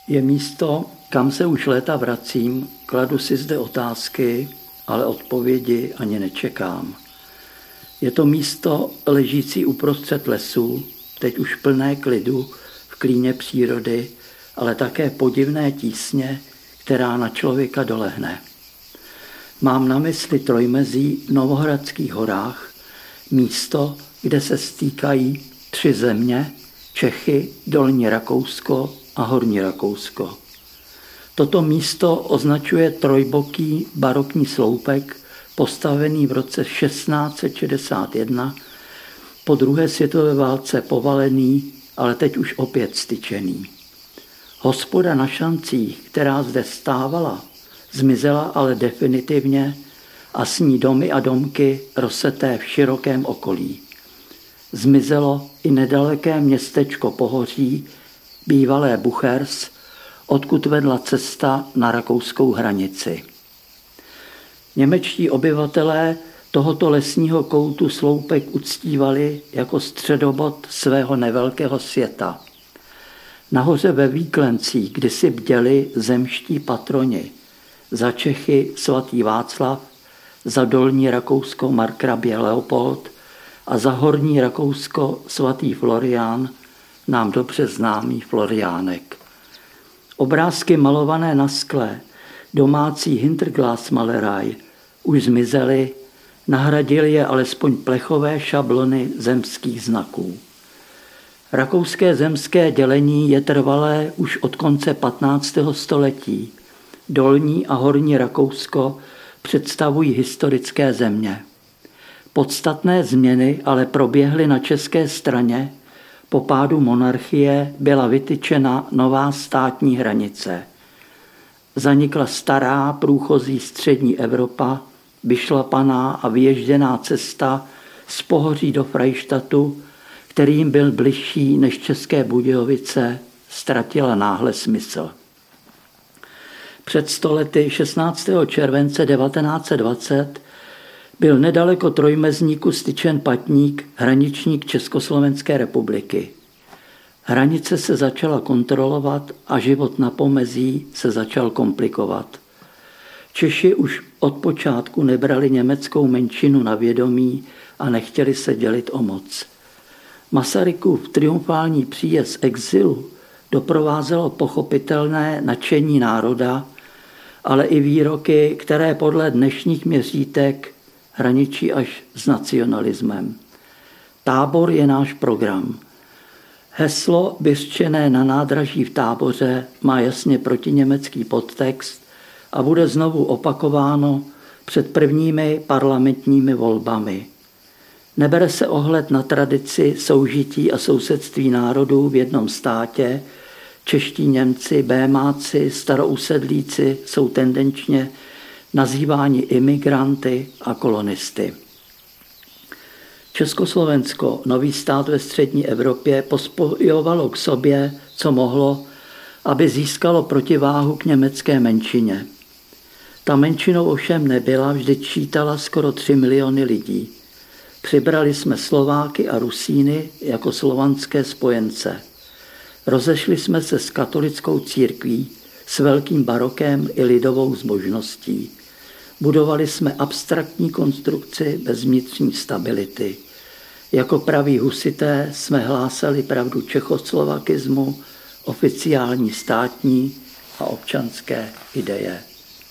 Je místo, kam se už léta vracím, kladu si zde otázky, ale odpovědi ani nečekám. Je to místo ležící uprostřed lesů, teď už plné klidu, v klíně přírody, ale také podivné tísně, která na člověka dolehne. Mám na mysli trojmezí v Novohradských horách, místo, kde se stýkají 3 země, Čechy, Dolní Rakousko a Horní Rakousko. Toto místo označuje trojboký barokní sloupek, postavený v roce 1661, po druhé světové válce povalený, ale teď už opět styčený. Hospoda na šancích, která zde stávala, zmizela ale definitivně a s ní domy a domky rozseté v širokém okolí. Zmizelo i nedaleké městečko Pohoří, bývalé Buchers, odkud vedla cesta na rakouskou hranici. Němečtí obyvatelé tohoto lesního koutu sloupek uctívali jako středobod svého nevelkého světa. Nahoře ve Víklencích kdysi bděli zemští patroni, za Čechy svatý Václav, za Dolní Rakousko markrabě Leopold a za Horní Rakousko svatý Florián, nám dobře známý Floriánek. Obrázky malované na skle, domácí Hinterglasmalerei, už zmizely, nahradily je alespoň plechové šablony zemských znaků. Rakouské zemské dělení je trvalé už od konce 15. století. Dolní a Horní Rakousko představují historické země. Podstatné změny ale proběhly na české straně. Po pádu monarchie byla vytyčena nová státní hranice. Zanikla stará průchozí střední Evropa, vyšlapaná a vyježděná cesta z Pohoří do Freištatu, kterým byl bližší než České Budějovice, ztratila náhle smysl. Před 100 lety, 16. července 1920, byl nedaleko Trojmezníku styčen patník, hraničník Československé republiky. Hranice se začala kontrolovat a život na pomezí se začal komplikovat. Češi už od počátku nebrali německou menšinu na vědomí a nechtěli se dělit o moc. Masarykův triumfální příjezd z exilu doprovázelo pochopitelné nadšení národa, ale i výroky, které podle dnešních měřítek hraničí až s nacionalismem. Tábor je náš program. Heslo vyřčené na nádraží v Táboře má jasně protiněmecký podtext a bude znovu opakováno před prvními parlamentními volbami. Nebere se ohled na tradici soužití a sousedství národů v jednom státě. Čeští Němci, Bémáci, starousedlíci jsou tendenčně nazýváni imigranty a kolonisty. Československo, nový stát ve střední Evropě, pospojovalo k sobě, co mohlo, aby získalo protiváhu k německé menšině. Ta menšinou ovšem nebyla, vždyť čítala skoro 3 miliony lidí. Přibrali jsme Slováky a Rusíny jako slovanské spojence. Rozešli jsme se s katolickou církví, s velkým barokem i lidovou zbožností. Budovali jsme abstraktní konstrukci bez vnitřní stability. Jako praví husité jsme hlásali pravdu čechoslovakismu, oficiální státní a občanské ideje.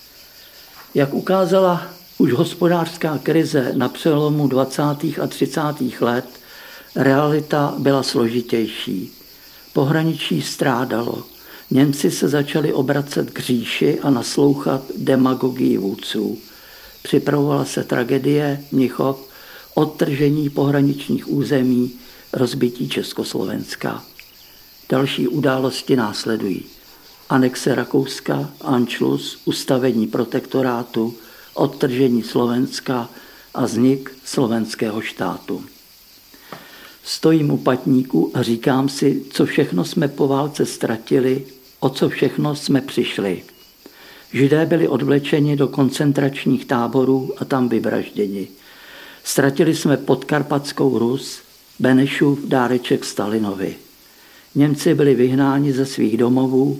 Jak ukázala už hospodářská krize na přelomu 20. a 30. let, realita byla složitější. Pohraničí strádalo. Němci se začali obracet k říši a naslouchat demagogii vůdců. Připravovala se tragédie Mnichov, odtržení pohraničních území, rozbití Československa. Další události následují. Anexe Rakouska, Anschluss, ustavení protektorátu, odtržení Slovenska a vznik slovenského štátu. Stojím u patníku a říkám si, co všechno jsme po válce ztratili, o co všechno jsme přišli. Židé byli odvlečeni do koncentračních táborů a tam vyvražděni. Ztratili jsme Podkarpatskou Rus, Benešův dáreček Stalinovi. Němci byli vyhnáni ze svých domovů,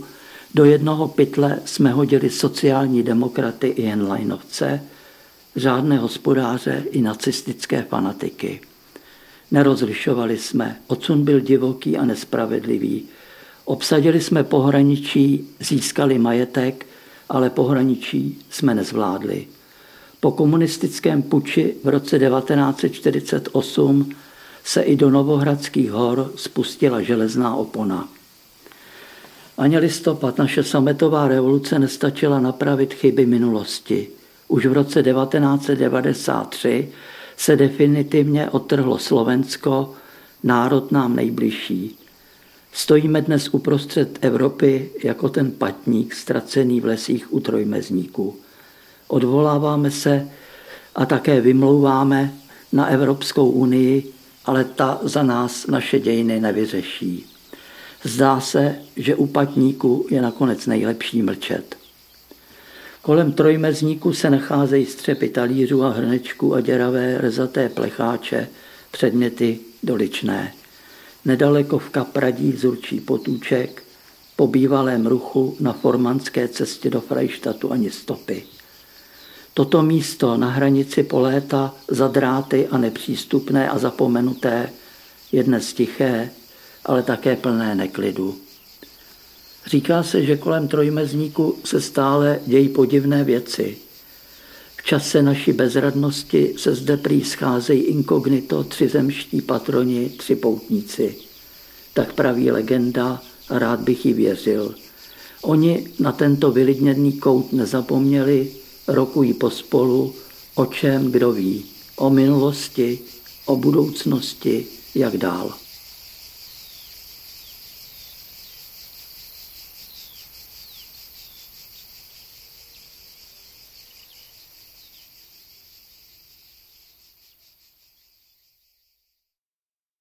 Do jednoho pytle jsme hodili sociální demokraty i henleinovce, řádné hospodáře i nacistické fanatiky. Nerozlišovali jsme, odsun byl divoký a nespravedlivý. Obsadili jsme pohraničí, získali majetek, ale pohraničí jsme nezvládli. Po komunistickém puči v roce 1948 se i do Novohradských hor spustila železná opona. Ani listopad, naše sametová revoluce nestačila napravit chyby minulosti. Už v roce 1993 se definitivně odtrhlo Slovensko, národ nám nejbližší. Stojíme dnes uprostřed Evropy jako ten patník ztracený v lesích u Trojmezníku. Odvoláváme se a také vymlouváme na Evropskou unii, ale ta za nás naše dějiny nevyřeší. Zdá se, že u patníku je nakonec nejlepší mlčet. Kolem Trojmezníku se nacházejí střepy talířů a hrnečků a děravé rezaté plecháče, předměty doličné. Nedaleko v Kapradí zurčí potůček, po bývalém ruchu na formanské cestě do Frajštatu ani stopy. Toto místo na hranici po léta za dráty a nepřístupné a zapomenuté je dnes tiché, ale také plné neklidu. Říká se, že kolem Trojmezníku se stále dějí podivné věci. V čase naší bezradnosti se zde prý scházejí inkognito 3 zemští patroni, 3 poutníci. Tak praví legenda a rád bych jí věřil. Oni na tento vylidněný kout nezapomněli, rokují pospolu, o čem kdo ví, o minulosti, o budoucnosti, jak dál.